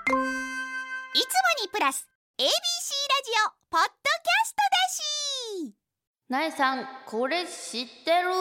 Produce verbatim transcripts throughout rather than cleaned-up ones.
いつもにプラス エービーシー ラジオポッドキャストだし。 なえさん、これ知ってる？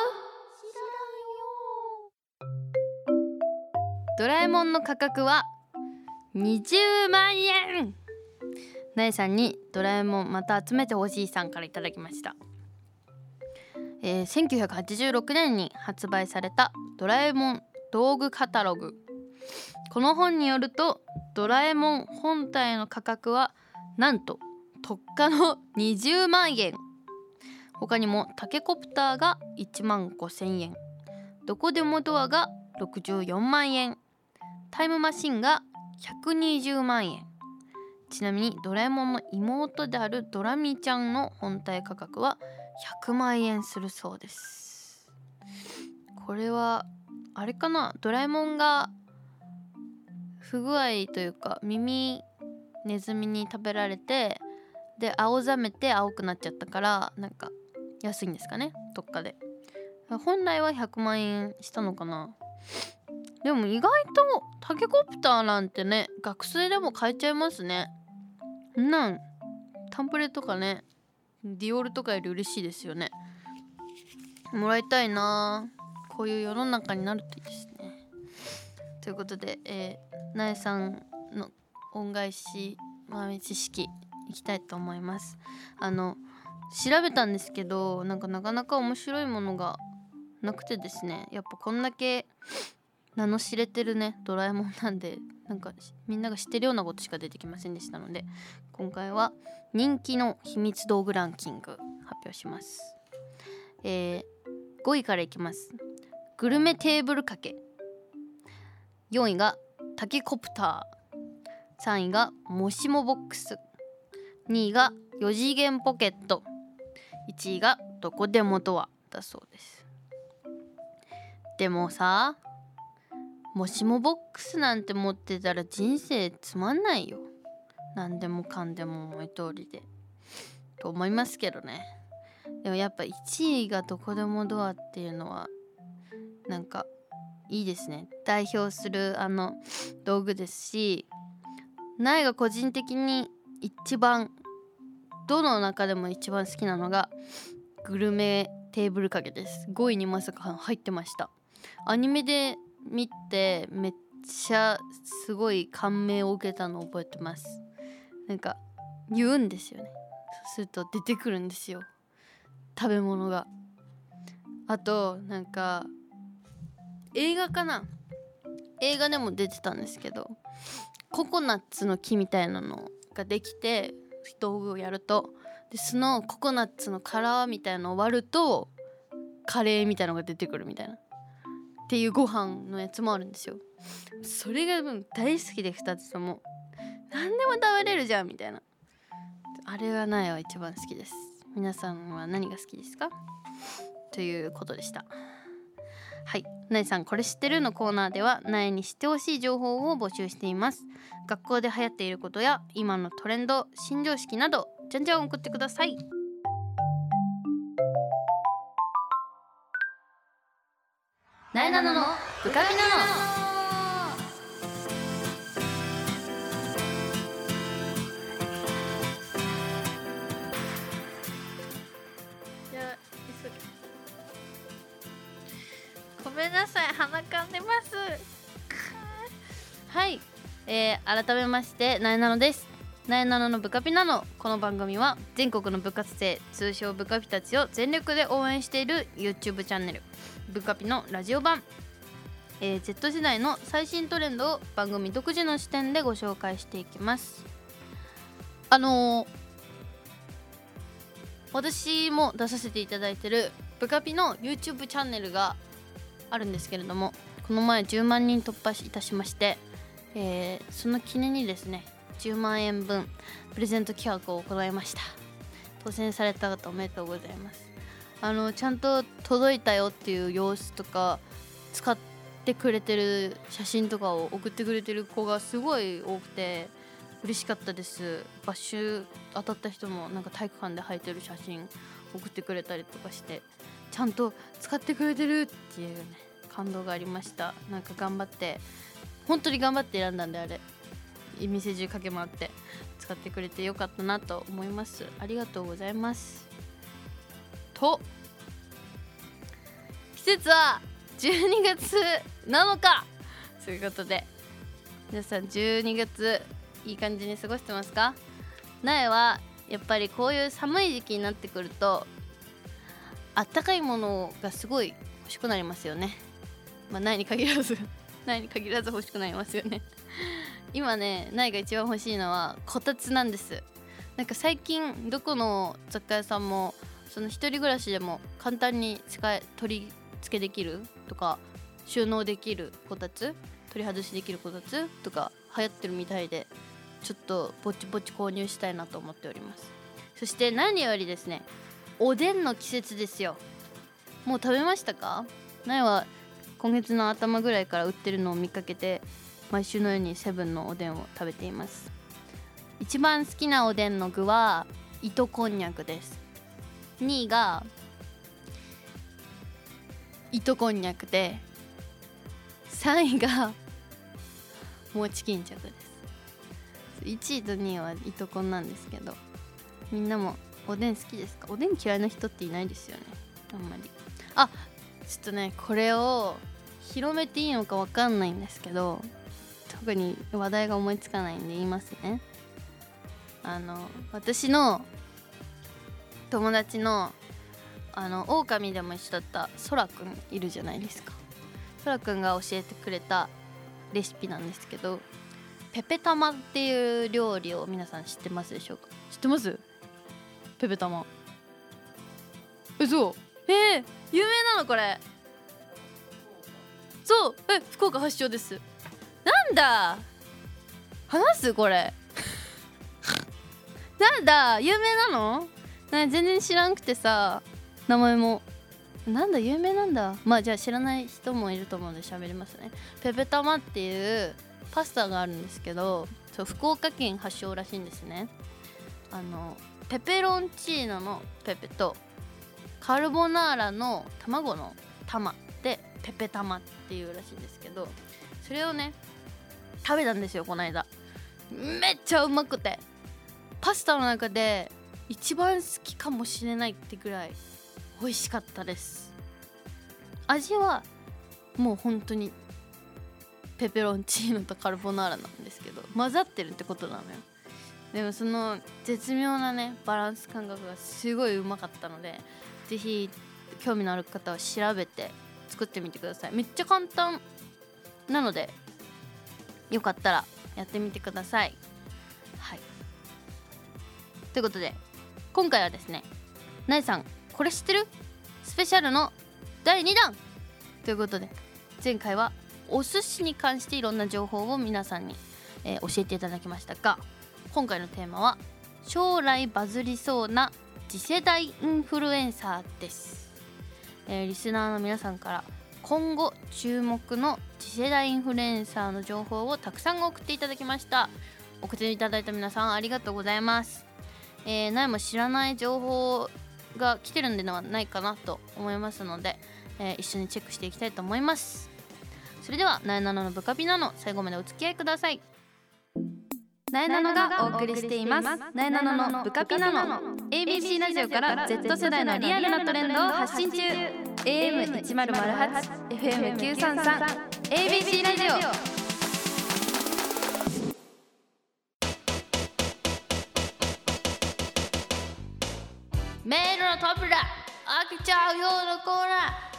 ドラえもんの価格はにじゅうまんえん。なえさんにドラえもんまた集めてほしいさんからいただきました。えー、せんきゅうひゃくはちじゅうろくねんに発売されたドラえもん道具カタログ。この本によると、ドラえもん本体の価格はなんと特価のにじゅうまんえん。他にもタケコプターがいちまんごせんえん、どこでもドアがろくじゅうよんまんえん、タイムマシンがひゃくにじゅうまんえん。ちなみにドラえもんの妹であるドラミちゃんの本体価格はひゃくまんえんするそうです。これはあれかな、ドラえもんが不具合というか耳ネズミに食べられて、で青ざめて青くなっちゃったからなんか安いんですかね、特価で。本来はひゃくまんえんしたのかな。でも意外とタケコプターなんてね、学生でも買えちゃいますね。なんタンプレとかね、ディオールとかより嬉しいですよね。もらいたいな、こういう世の中になるといいですね。ということで、えー、なえさんの恩返し豆知識いきたいと思います。あの調べたんですけど、なんかなかなか面白いものがなくてですね、やっぱこんだけ名の知れてるねドラえもんなんで、なんかみんなが知ってるようなことしか出てきませんでしたので、今回は人気の秘密道具ランキング発表します。えー、ごいからいきます。グルメテーブル掛け。よんいがタケコプター、さんいがもしもボックス、にいがよ次元ポケット、いちいがどこでもドアだそうです。でもさ、もしもボックスなんて持ってたら人生つまんないよ。何でもかんでも思い通りでと思いますけどね。でもやっぱいちいがどこでもドアっていうのはなんかいいですね。代表するあの道具ですし、苗が個人的に一番どの中でも一番好きなのがグルメテーブル掛けです。ごいにまさか入ってました。アニメで見てめっちゃすごい感銘を受けたのを覚えてます。なんか言うんですよね。そうすると出てくるんですよ、食べ物が。あとなんか映画かな、映画でも出てたんですけど、ココナッツの木みたいなのができて道具をやると、でそのココナッツの殻みたいなのを割るとカレーみたいなのが出てくるみたいなっていうご飯のやつもあるんですよ。それが大好きでふたつとも何でも食べれるじゃんみたいな、あれが苗は一番好きです。皆さんは何が好きですかということでした。はい、苗さんこれ知ってるのコーナーでは苗に知ってほしい情報を募集しています。学校で流行っていることや今のトレンド、新常識などじゃんじゃん送ってください。なえなののブカピナノ。ごめんなさい、鼻かんでますはい、えー、改めましてなえなのです。なえなののブカピナノ。この番組は全国の部活生、通称ブカピたちを全力で応援している YouTube チャンネルブカピのラジオ版、えー、Z 世代の最新トレンドを番組独自の視点でご紹介していきます。あのー、私も出させていただいてるブカピの YouTube チャンネルがあるんですけれども、この前じゅうまんにん突破いたしまして、えー、その記念にですねじゅうまんえんぶんプレゼント企画を行いました。当選された方おめでとうございます。あのちゃんと届いたよっていう様子とか、使ってくれてる写真とかを送ってくれてる子がすごい多くて嬉しかったです。バッシュ当たった人もなんか体育館で履いてる写真送ってくれたりとかして、ちゃんと使ってくれてるっていうね感動がありました。なんか頑張って本当に頑張って選んだんで、あれ店中駆け回って使ってくれてよかったなと思います。ありがとうございます。と季節はじゅうにがつなのかということで、皆さんじゅうにがついい感じに過ごしてますか？苗はやっぱりこういう寒い時期になってくるとあったかいものがすごい欲しくなりますよね。まあ苗に限らず苗に限らず欲しくなりますよね今ね苗が一番欲しいのはこたつなんです。なんか最近どこの雑貨屋さんもその一人暮らしでも簡単に使え取り付けできるとか収納できるこたつ、取り外しできるこたつとか流行ってるみたいで、ちょっとぼちぼち購入したいなと思っております。そして何よりですね、おでんの季節ですよ。もう食べましたか？苗は今月の頭ぐらいから売ってるのを見かけて毎週のようにセブンのおでんを食べています。一番好きなおでんの具は糸こんにゃくです。にいが糸こんにゃくで、さんいがもち巾着です。いちいとにいは糸こんなんですけど、みんなもおでん好きですか？おでん嫌いな人っていないですよね、あんまり。あ、ちょっとねこれを広めていいのかわかんないんですけど、特に話題が思いつかないんで言いますね。あの私の友達のあの狼でも一緒だったそらくんいるじゃないですか。そらくんが教えてくれたレシピなんですけど、ペペ玉っていう料理を皆さん知ってますでしょうか？知ってます？ペペ玉。え、そう。えー、有名なのこれ。そう、え、福岡発祥です。なんだ話すこれなんだ有名なの？な全然知らんくてさ、名前もなんだ有名なんだ。まあじゃあ知らない人もいると思うので喋りますね。ペペ玉っていうパスタがあるんですけど、そう福岡県発祥らしいんですね。あのペペロンチーノのペペとカルボナーラの卵の玉でペペ玉っていうらしいんですけど、それをね食べたんですよこの間。めっちゃうまくて、パスタの中で一番好きかもしれないってぐらい美味しかったです。味はもう本当にペペロンチーノとカルボナーラなんですけど、混ざってるってことなのよ。でもその絶妙なねバランス感覚がすごいうまかったので、ぜひ興味のある方は調べて作ってみてください。めっちゃ簡単なのでよかったらやってみてください。はい、ということで今回はですね、なえさんこれ知ってる？スペシャルのだいにだんということで、前回はお寿司に関していろんな情報を皆さんに、えー、教えていただきましたが、今回のテーマは将来バズりそうな次世代インフルエンサーです。えー、リスナーの皆さんから今後注目の次世代インフルエンサーの情報をたくさん送っていただきました。送っていただいた皆さんありがとうございます。えー、なえも知らない情報が来てるんではないかなと思いますので、えー、一緒にチェックしていきたいと思います。それではなえなののブカピナの最後までお付き合いください。なえなのがお送りしていますなえなののブカピナの エービーシー ラジオから Z 世代のリアルなトレンドを発信中。 エーエムせんはち エフエムきゅうさんさん エービーシー ラジオ。メールの扉開けちゃうようなコーナー、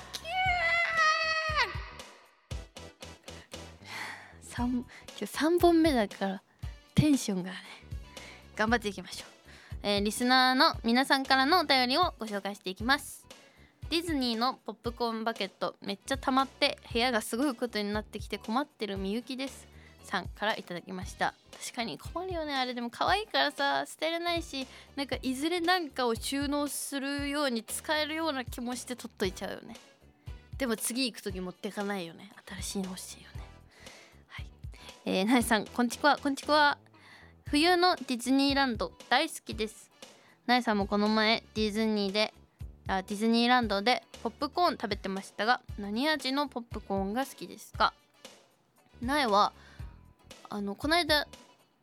キュー今日さんぼんめだからテンションがね頑張っていきましょう。えー、リスナーの皆さんからのお便りをご紹介していきます。ディズニーのポップコーンバケットめっちゃ溜まって部屋がすごいことになってきて困ってるみゆきですさんからいただきました。確かに困るよね、あれでも可愛いからさ捨てれないし、なんかいずれなんかを収納するように使えるような気もして取っといちゃうよね。でも次行く時持ってかないよね、新しいの欲しいよね。はい、えー、なえさんこんちくわこんちくわ。冬のディズニーランド大好きです。なえさんもこの前ディズニーであディズニーランドでポップコーン食べてましたが、何味のポップコーンが好きですか？なえはあのこの間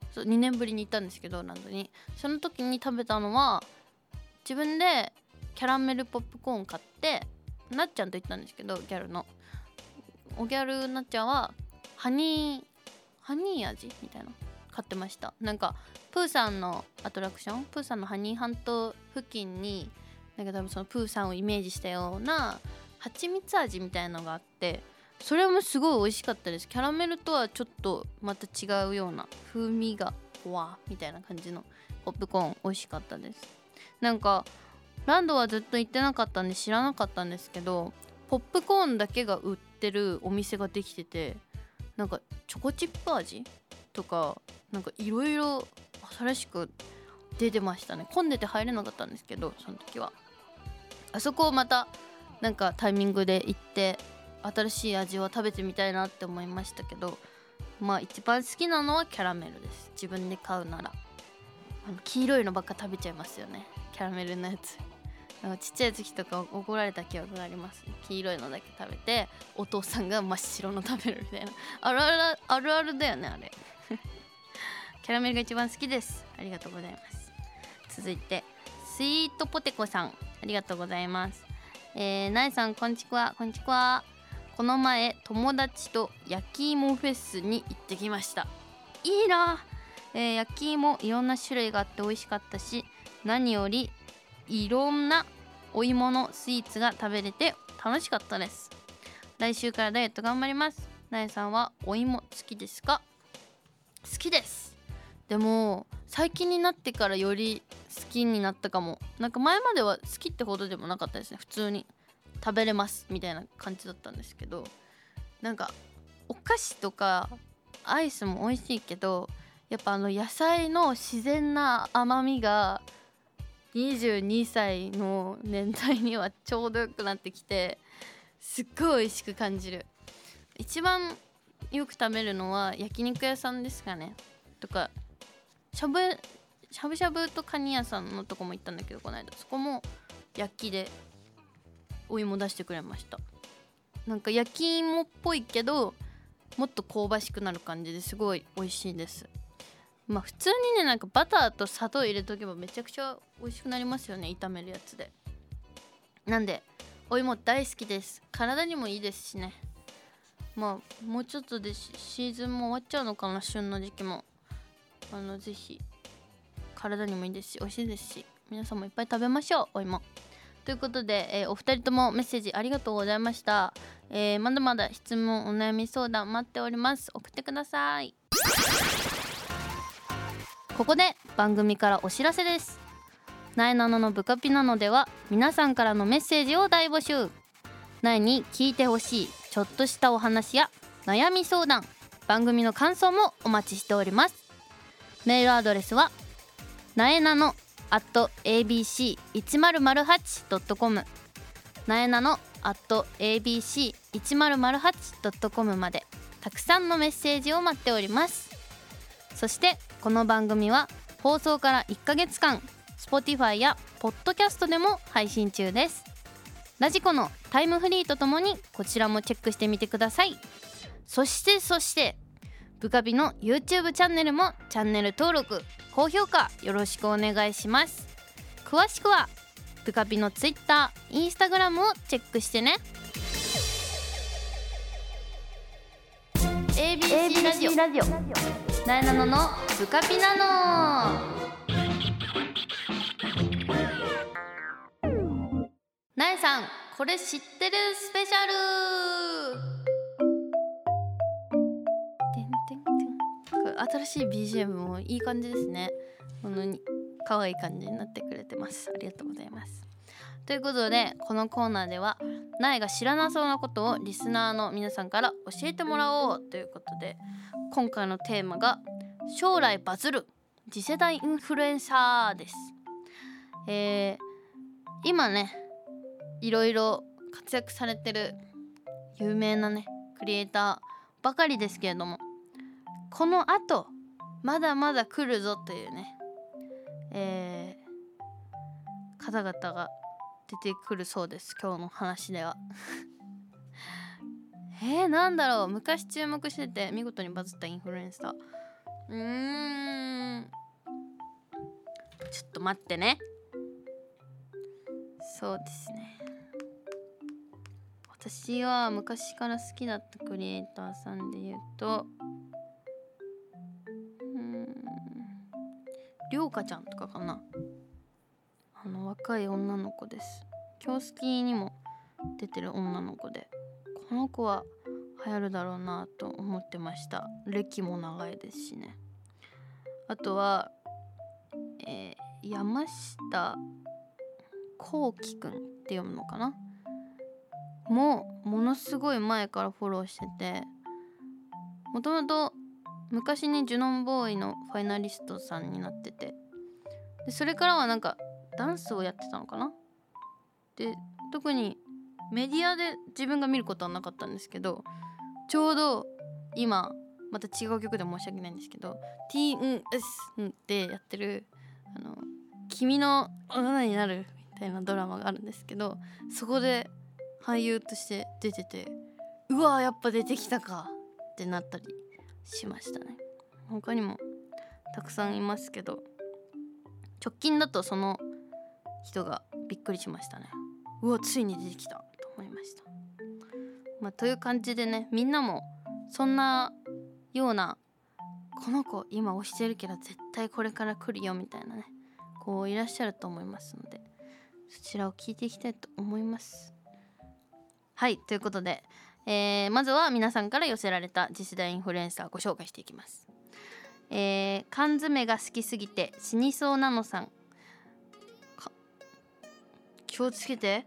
そうにねんぶりに行ったんですけどランドに。その時に食べたのは自分でキャラメルポップコーン買ってなっちゃんと行ったんですけど、ギャルのおギャルなっちゃんはハニーハニー味みたいな買ってました。なんかプーさんのアトラクション、プーさんのハニーハント付近になんか多分そのプーさんをイメージしたような蜂蜜味みたいなのがあって、それもすごい美味しかったです。キャラメルとはちょっとまた違うような風味がポワーみたいな感じのポップコーン美味しかったです。なんかランドはずっと行ってなかったんで知らなかったんですけど、ポップコーンだけが売ってるお店ができてて、なんかチョコチップ味とかなんかいろいろ新しく出てましたね。混んでて入れなかったんですけど、その時はあそこをまたなんかタイミングで行って新しい味を食べてみたいなって思いましたけど、まあ一番好きなのはキャラメルです。自分で買うならあの黄色いのばっか食べちゃいますよね、キャラメルのやつ。なんかちっちゃい時とか怒られた記憶があります、ね、黄色いのだけ食べてお父さんが真っ白の食べるみたいな。あるあるあるあるだよねあれキャラメルが一番好きです。ありがとうございます。続いてスイートポテコさん、ありがとうございます。えー、なえさんこんちくわ。こんちくわ。この前友達と焼き芋フェスに行ってきました。いいな、えー、焼き芋いろんな種類があって美味しかったし、何よりいろんなお芋のスイーツが食べれて楽しかったです。来週からダイエット頑張ります。なえさんはお芋好きですか？好きです。でも最近になってからより好きになったかも。なんか前までは好きってほどでもなかったですね。普通に食べれますみたいな感じだったんですけど、なんかお菓子とかアイスも美味しいけど、やっぱあの野菜の自然な甘みがにじゅうにさいの年代にはちょうどよくなってきて、すっごい美味しく感じる。一番よく食べるのは焼肉屋さんですかね。とかしゃぶしゃぶしゃぶとカニ屋さんのとこも行ったんだけど、この間そこも焼きでお芋出してくれました。なんか焼き芋っぽいけどもっと香ばしくなる感じですごい美味しいです。まあ普通にね、なんかバターと砂糖入れとけばめちゃくちゃ美味しくなりますよね、炒めるやつで。なんでお芋大好きです。体にもいいですしね。まあもうちょっとでシーズンも終わっちゃうのかな、旬の時期も。あのぜひ体にもいいですし美味しいですし、皆さんもいっぱい食べましょうお芋ということで、えー、お二人ともメッセージありがとうございました。えー、まだまだ質問お悩み相談待っております。送ってください。ここで番組からお知らせです。なえなののブカピナノでは皆さんからのメッセージを大募集。なえに聞いてほしいちょっとしたお話や悩み相談、番組の感想もお待ちしております。メールアドレスはなえなの アットエービーシーいちまるまるはちドットコム なえなの アットエービーシーいちまるまるはちドットコム までたくさんのメッセージを待っております。そしてこの番組は放送からいっかげつかん Spotify や Podcast でも配信中です。ラジコのタイムフリーとともにこちらもチェックしてみてください。そしてそしてブカビの YouTube チャンネルもチャンネル登録高評価よろしくお願いします。詳しくはブカビの Twitter、Instagram をチェックしてね。 エービーシー ラジオなえなののブカピナノ。なえさんこれ知ってるスペシャル。てんてんてん、これ新しい ビージーエム もいい感じですね。このに可愛い感じになってくれてます。ありがとうございます。ということでこのコーナーではなえが知らなそうなことをリスナーの皆さんから教えてもらおうということで、今回のテーマが将来バズる次世代インフルエンサーです。えー、今ねいろいろ活躍されてる有名なねクリエイターばかりですけれども、このあとまだまだ来るぞというね、えー、方々が出てくるそうです。今日の話ではえー、なんだろう、昔注目してて見事にバズったインフルエンサーうーんちょっと待ってね。そうですね、私は昔から好きだったクリエイターさんで言うとうーんりょうかちゃんとかかな。あの若い女の子です。京スキにも出てる女の子で、この子は流行るだろうなと思ってました。歴も長いですしね。あとは、えー、山下こうきくんって読むのかなもうものすごい前からフォローしてて、もともと昔にジュノンボーイのファイナリストさんになってて、でそれからはなんかダンスをやってたのかな。で特にメディアで自分が見ることはなかったんですけど、ちょうど今また違う曲で申し訳ないんですけど ティーンエス ってやってるあの君の女になるみたいなドラマがあるんですけど、そこで俳優として出てて、うわやっぱ出てきたかってなったりしましたね。他にもたくさんいますけど、直近だとその人がびっくりしましたね。うわついに出てきたと思いました。まあ、という感じでね、みんなもそんなようなこの子今推してるけど絶対これから来るよみたいなね、こういらっしゃると思いますので、そちらを聞いていきたいと思います。はい、ということで、えー、まずは皆さんから寄せられた次世代インフルエンサーご紹介していきます。えー、缶詰が好きすぎて死にそうなのさん、気をつけて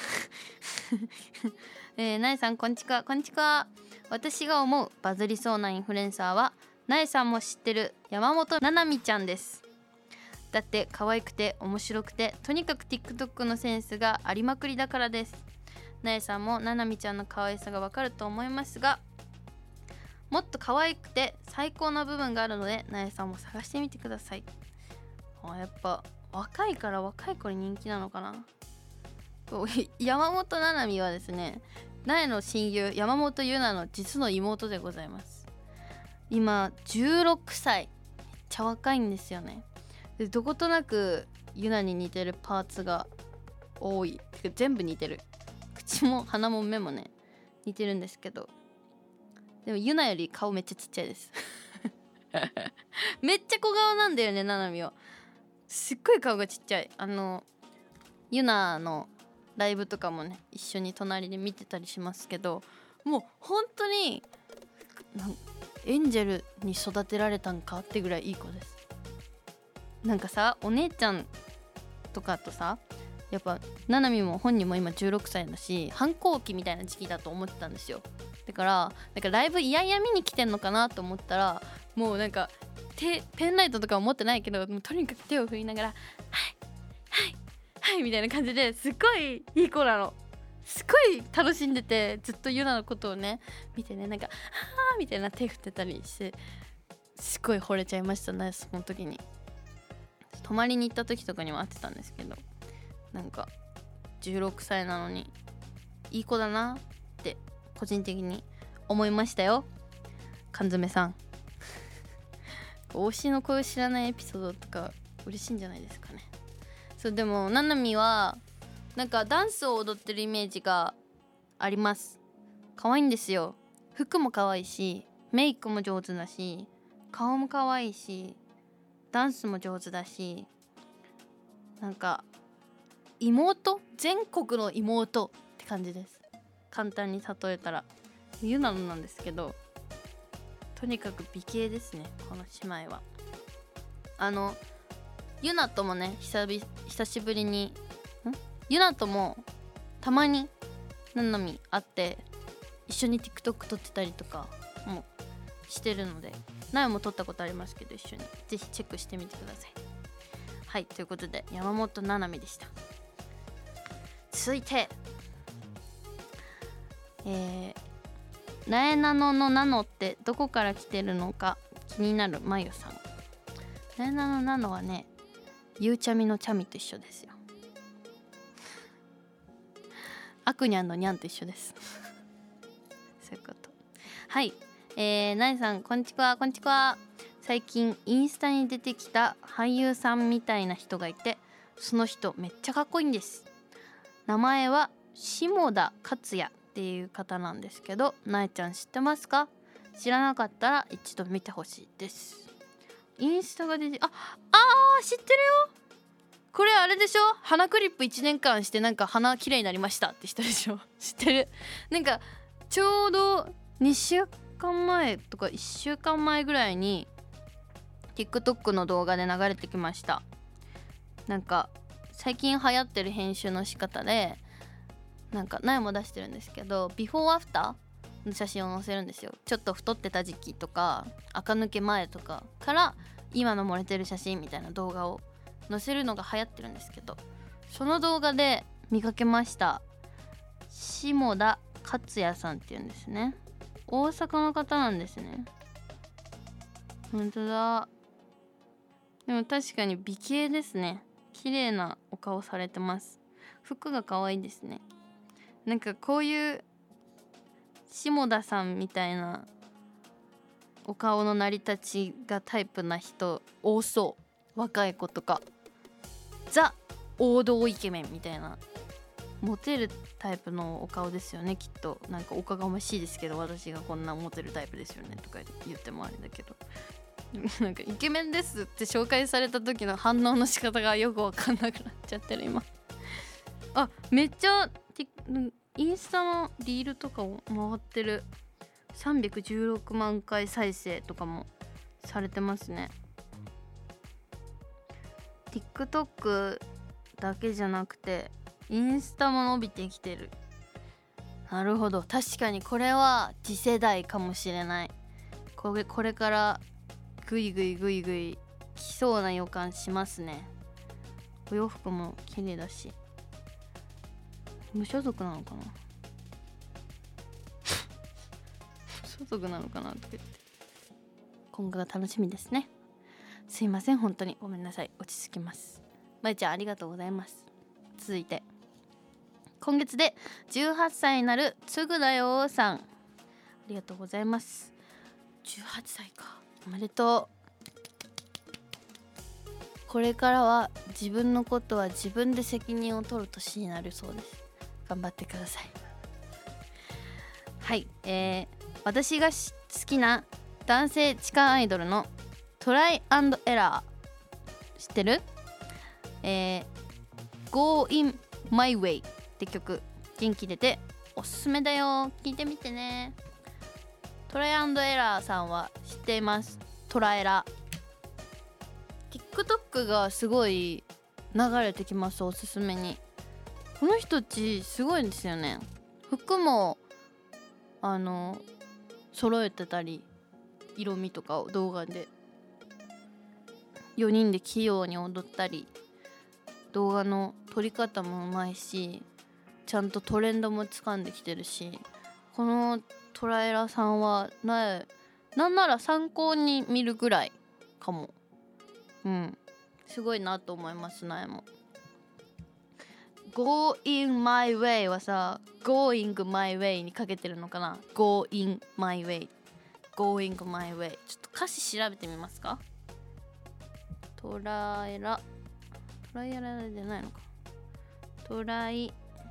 えー、なえさんこんちかこんちか。私が思うバズりそうなインフルエンサーはなえさんも知ってる山本ななみちゃんです。だって可愛くて面白くてとにかく TikTok のセンスがありまくりだからです。なえさんもななみちゃんの可愛さがわかると思いますが、もっと可愛くて最高な部分があるのでなえさんも探してみてください。あ、やっぱ若いから若い子に人気なのかな。山本ななみはですね、なえの親友山本ゆなの実の妹でございます。今じゅうろくさい、めっちゃ若いんですよね。でどことなくゆなに似てるパーツが多い。てか全部似てる。口も鼻も目もね似てるんですけど、でもゆなより顔めっちゃちっちゃいですめっちゃ小顔なんだよね、ななみは。すっごい顔がちっちゃい。あのゆなのライブとかもね一緒に隣で見てたりしますけど、もう本当になんエンジェルに育てられたんかってぐらいいい子です。なんかさ、お姉ちゃんとかとさ、やっぱななみも本人も今じゅうろくさいだし反抗期みたいな時期だと思ってたんですよ。だからなんかライブいやいや見に来てんのかなと思ったら、もうなんか手ペンライトとかは持ってないけど、もうとにかく手を振りながらはいはいはいみたいな感じですっごいいい子なの。すごい楽しんでて、ずっとユナのことをね見てね、なんかはーみたいな手振ってたりして、すごい惚れちゃいましたね。その時に泊まりに行った時とかにも会ってたんですけど、なんかじゅうろくさいなのにいい子だなって個人的に思いましたよ。缶詰さん推しの声知らないエピソードとか嬉しいんじゃないですかね。そう、でもななみはなんかダンスを踊ってるイメージがあります。可愛いんですよ。服も可愛いし、メイクも上手だし、顔も可愛いし、ダンスも上手だし、なんか妹、全国の妹って感じです。簡単に例えたらユナのなんですけど、とにかく美形ですね、この姉妹は。あのユナともね久々久しぶりにんユナともたまにななみ会って一緒に TikTok 撮ってたりとかもしてるので、なえも撮ったことありますけど、一緒にぜひチェックしてみてください。はい、ということで山本ななみでした。続いてえー、なえなののなのってどこから来てるのか気になるまゆさん。なえなのなのはね、ゆうちゃみのちゃみと一緒ですよ。あくにゃんのにゃんと一緒ですそういうこと。はい、えー、なえさんこんちはこんちは。 最近インスタに出てきた俳優さんみたいな人がいて、その人めっちゃかっこいいんです。名前は下田克也っていう方なんですけど、なえちゃん知ってますか？知らなかったら一度見てほしいです。インスタが出て、あ、あー知ってるよ。これあれでしょ、鼻クリップいちねんかんしてなんか鼻きれいになりましたって人でしょ。知ってる。なんかちょうどにしゅうかんまえとかいっしゅうかんまえぐらいに TikTok の動画で流れてきました。なんか最近流行ってる編集の仕方で、なんか苗も出してるんですけど、ビフォーアフターの写真を載せるんですよ。ちょっと太ってた時期とか垢抜け前とかから今の漏れてる写真みたいな動画を載せるのが流行ってるんですけど、その動画で見かけました。下田克也さんっていうんですね。大阪の方なんですね。本当だ。でも確かに美形ですね。綺麗なお顔されてます。服が可愛いですね。なんかこういう下田さんみたいなお顔の成り立ちがタイプな人多そう。若い子とかザ王道イケメンみたいな、モテるタイプのお顔ですよね、きっと。なんかおかがましいですけど、私がこんなモテるタイプですよねとか言ってもあれだけど、なんかイケメンですって紹介された時の反応の仕方がよくわかんなくなっちゃってる今。あ、めっちゃインスタのリールとかを回ってる。さんびゃくじゅうろくまんかい再生とかもされてますね。 TikTok だけじゃなくてインスタも伸びてきてる。なるほど、確かにこれは次世代かもしれない。これ、これからグイグイグイグイ来そうな予感しますね。お洋服も綺麗だし。無所属なのかな所属なのかなって言って、今後が楽しみですね。すいません、本当にごめんなさい。落ち着きます。まいちゃんありがとうございます。続いて、今月でじゅうはっさいになるつぐだよさん、ありがとうございます。じゅうはっさいか、おめでとう。これからは自分のことは自分で責任を取る年になるそうです。頑張ってください。はい、えー、私が好きな男性地下アイドルのトライアンドエラー知ってる？えー、Go in My Way って曲、元気出ておすすめだよ、聞いてみてね。トライアンドエラーさんは知っています。トラエラ TikTok がすごい流れてきます。おすすめに。この人たちすごいんですよね。服もあの揃えてたり、色味とかを動画でよにんで器用に踊ったり、動画の撮り方もうまいし、ちゃんとトレンドも掴んできてるし、このトラエラさんはななんなら参考に見るぐらいかも。うん、すごいなと思います。苗も Go in my way はさ Going my way にかけてるのかな。 Go in my way Going my way、 ちょっと歌詞調べてみますか。トラエラトライアラじゃないのか。トライ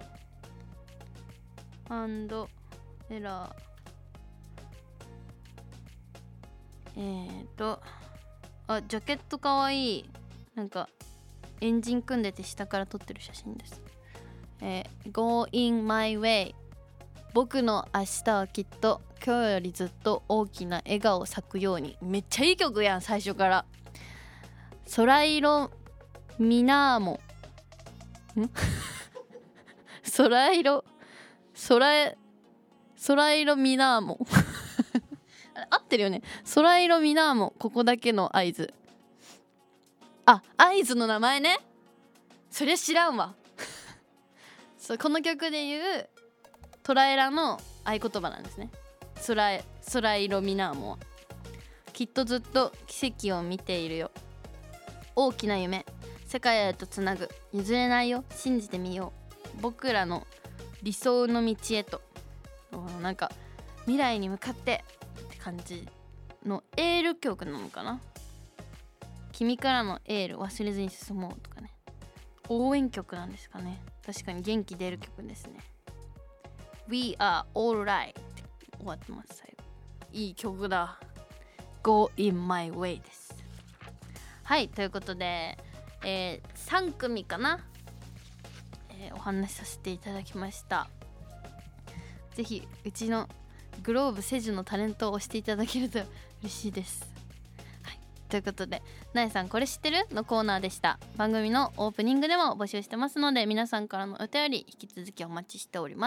アンドエラー、えーとあ、ジャケットかわいい。なんかエンジン組んでて下から撮ってる写真です。えー、Go in my way、 僕の明日はきっと今日よりずっと大きな笑顔を咲くように。めっちゃいい曲やん、最初から。空色ミナーモん空色空空色ミナーモ合ってるよね。空色ミナーモ、ここだけの合図。あ、合図の名前ね。そりゃ知らんわそう、この曲で言うトラエラの合言葉なんですね。空空色ミナーモはきっとずっと奇跡を見ているよ、大きな夢世界へとつなぐ、譲れないよ、信じてみよう、僕らの理想の道へと。なんか未来に向かってって感じのエール曲なのかな。君からのエール忘れずに進もうとかね、応援曲なんですかね。確かに元気出る曲ですね。 We are alright って終わってます。最後いい曲だ。 Go in my way です。はい、ということで、えー、さん組かな、えー、お話しさせていただきました。ぜひうちのグローブセジュのタレントを押していただけると嬉しいです。はい、ということで、なえさんこれ知ってるのコーナーでした。番組のオープニングでも募集してますので、皆さんからのお便り引き続きお待ちしております。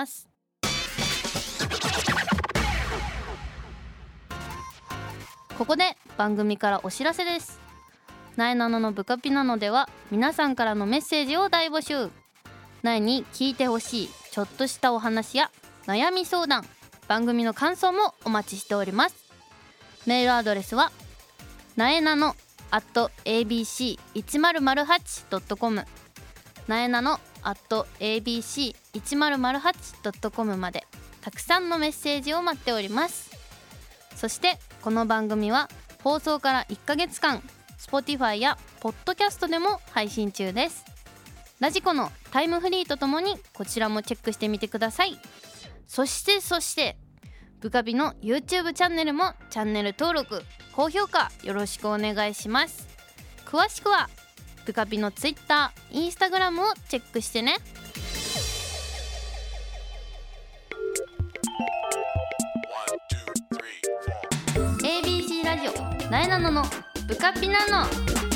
ここで番組からお知らせです。なえなののブカピナノでは皆さんからのメッセージを大募集。なえに聞いてほしいちょっとしたお話や悩み相談、番組の感想もお待ちしております。メールアドレスはなえなの アットエービーシーいちまるまるはちドットコム なえなの アットエービーシーいちまるまるはちドットコム までたくさんのメッセージを待っております。そしてこの番組は放送からいっかげつかん Spotify や Podcast でも配信中です。ラジコのタイムフリーとともにこちらもチェックしてみてください。そしてそしてブカビの YouTube チャンネルもチャンネル登録高評価よろしくお願いします。詳しくはブカビの Twitter、Instagram をチェックしてね。エービーシー ラジオなえなののブカピナノ。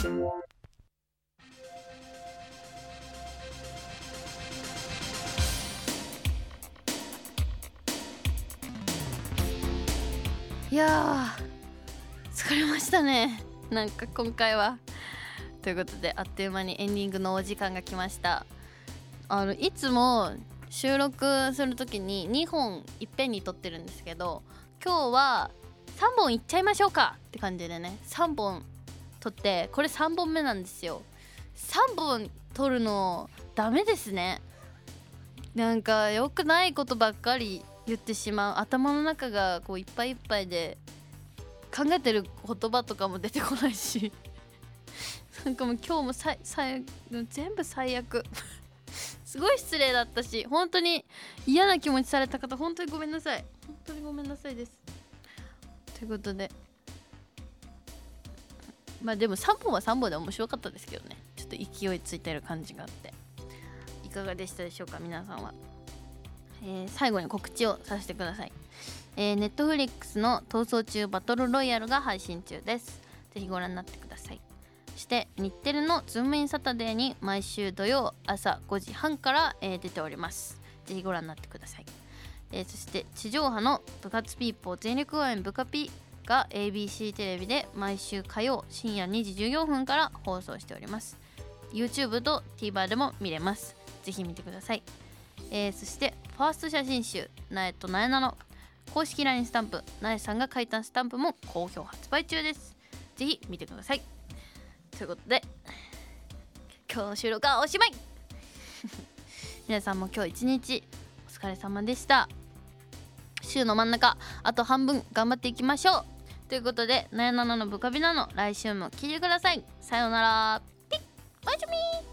いやー疲れましたね、なんか今回は。ということであっという間にエンディングのお時間が来ました。あのいつも収録するときににほんいっぺんに撮ってるんですけど、今日はさんぼんいっちゃいましょうかって感じでね、さんぼん撮って、これさんぼんめなんですよ。さんぼん撮るのダメですね。なんか良くないことばっかり言ってしまう。頭の中がこういっぱいいっぱいで考えてる言葉とかも出てこないしなんかもう今日もささ全部最悪すごい失礼だったし、本当に嫌な気持ちされた方本当にごめんなさい。本当にごめんなさいです。ということで、まあでもさんぼんはさんぼんで面白かったですけどね、ちょっと勢いついてる感じがあって、いかがでしたでしょうか皆さんは。えー、最後に告知をさせてください。えー、Netflix の逃走中バトルロイヤルが配信中です。ぜひご覧になってください。そして日テレのズームインサタデーに毎週土曜朝ごじはんから、えー、出ております。ぜひご覧になってください。えー、そして地上波の部活ピーポー全力応援部カピが エービーシー テレビで毎週火曜深夜にじじゅうよんぷんから放送しております。 YouTube と TVer でも見れます。ぜひ見てください。えー、そしてファースト写真集なえとなえなの公式 ライン スタンプなえさんが書いたスタンプも好評発売中です。ぜひ見てください。ということで今日の収録はおしまい皆さんも今日一日お疲れ様でした。週の真ん中あと半分頑張っていきましょう。ということでなえなののブカビナの来週も聞いてください。さようなら。ピッおやすみ。